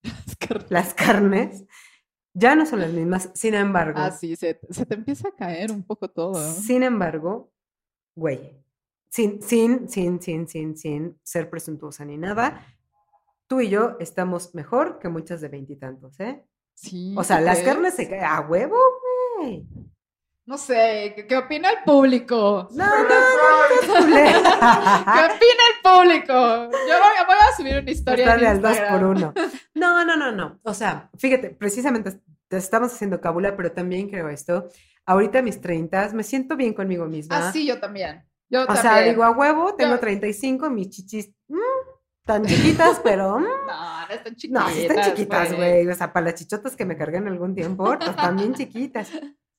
las carnes, ya no son las mismas. Sin embargo, Ah, sí, se, se te empieza a caer un poco todo. sin embargo, güey, sin, sin, sin, sin, sin, sin ser presuntuosa ni nada, tú y yo estamos mejor que muchas de veintitantos, ¿eh? Sí. O sea, ¿tú las crees? carnes se caen a huevo, güey. No sé, ¿qué, qué opina el público? No, no, no, no, ¿Qué opina el público? Yo voy, voy a subir una historia Está en de al dos Instagram. por uno. No, no, no, no. O sea, fíjate, precisamente te estamos haciendo cábula, pero también creo esto. Ahorita a mis treintas me siento bien conmigo misma. Ah, sí, yo también. Yo O también. sea, digo a huevo, tengo Yo- treinta y cinco, mis chichis mm, tan chiquitas, pero mm, No, no están chiquitas. no, sí están chiquitas, güey. O sea, para las chichotas que me cargué en algún tiempo, pues están bien chiquitas.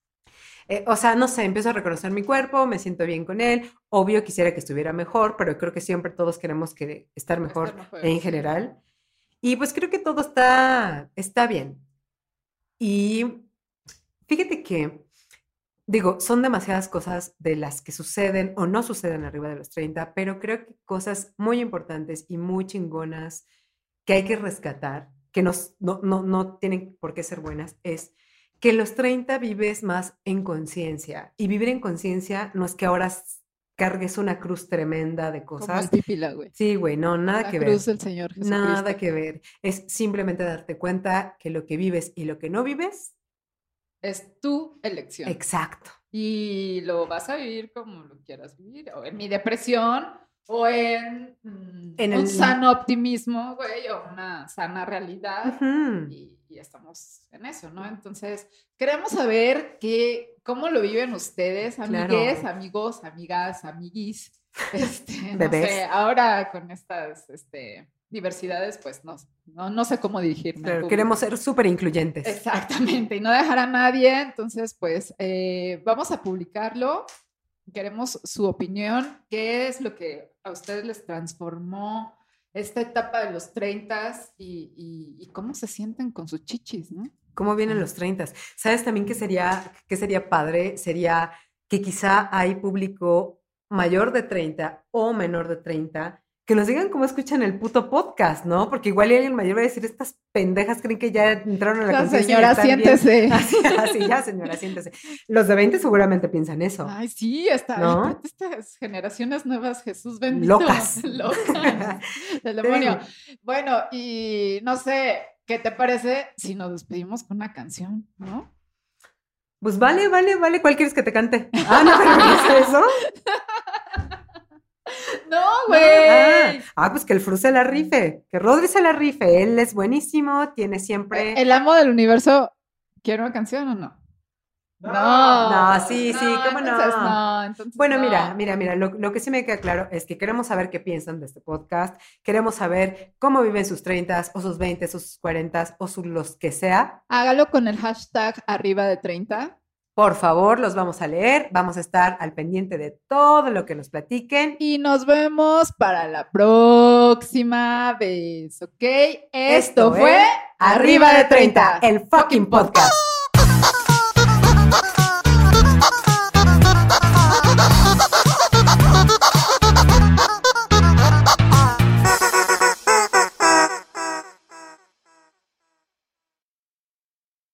Eh, o sea, no sé, empiezo a reconocer mi cuerpo, me siento bien con él. Obvio quisiera que estuviera mejor, pero creo que siempre todos queremos que estar mejor, Estar mejor, en sí. general. Y pues creo que todo está, está bien. Y Fíjate que, digo, son demasiadas cosas de las que suceden o no suceden arriba de los treinta, pero creo que cosas muy importantes y muy chingonas que hay que rescatar, que nos, no, no, no tienen por qué ser buenas, es que en los treinta vives más en conciencia. Y vivir en conciencia no es que ahora s- cargues una cruz tremenda de Como el cosas. pípila, güey. Sí, güey, no, nada La que cruz ver. del Señor Nada Jesucristo. que ver. Es simplemente darte cuenta que lo que vives y lo que no vives, Es tu elección. exacto. Y lo vas a vivir como lo quieras vivir, o en mi depresión, o en, mm, En un el- sano optimismo, güey, o una sana realidad. Ujú. Y, y estamos en eso, ¿no? Entonces, queremos saber qué, cómo lo viven ustedes, amigues, Claro. amigos, amigas, amiguis. Este, no Bebés. sé, ahora con estas este, diversidades, pues no, no, no sé cómo dirigirme. al Claro, público. queremos ser súper incluyentes. Exactamente, y no dejar a nadie. Entonces, pues eh, vamos a publicarlo. Queremos su opinión. ¿Qué es lo que a ustedes les transformó esta etapa de los treinta y, y, y cómo se sienten con sus chichis, ¿no? ¿Cómo vienen los treinta? ¿Sabes también qué sería, qué sería padre? Sería que quizá hay público mayor de treinta o menor de treinta que nos digan cómo escuchan el puto podcast, ¿no? Porque igual y alguien mayor va a decir, estas pendejas creen que ya entraron a la La conciencia y señora, están bien". siéntese. Así, así, ya, señora, siéntese. Los de veinte seguramente piensan eso. Ay, sí, está. ¿No? Aparte, estas generaciones nuevas, Jesús bendito. Locas. Locas. Del Te demonio. digo. Bueno, y no sé, ¿qué te parece si nos despedimos con una canción, no? Pues vale, vale, vale. ¿Cuál quieres que te cante? Ah, ¿no te refieres a eso? No, Ah, güey. ah, pues que el Fru se la rife, que Rodri se la rife, él es buenísimo, tiene siempre... El amo del universo, ¿quiere una canción o no? No, No, sí, sí, cómo no. entonces no, entonces Bueno, no. mira, mira, mira, lo, lo que sí me queda claro es que queremos saber qué piensan de este podcast, queremos saber cómo viven sus treintas o sus veintes o sus cuarentas o sus los que sea. Hágalo con el hashtag arriba de treinta. Por favor, los vamos a leer, vamos a estar al pendiente de todo lo que nos platiquen. Y nos vemos para la próxima vez, ¿ok? Esto, Esto fue es Arriba de treinta, el fucking podcast.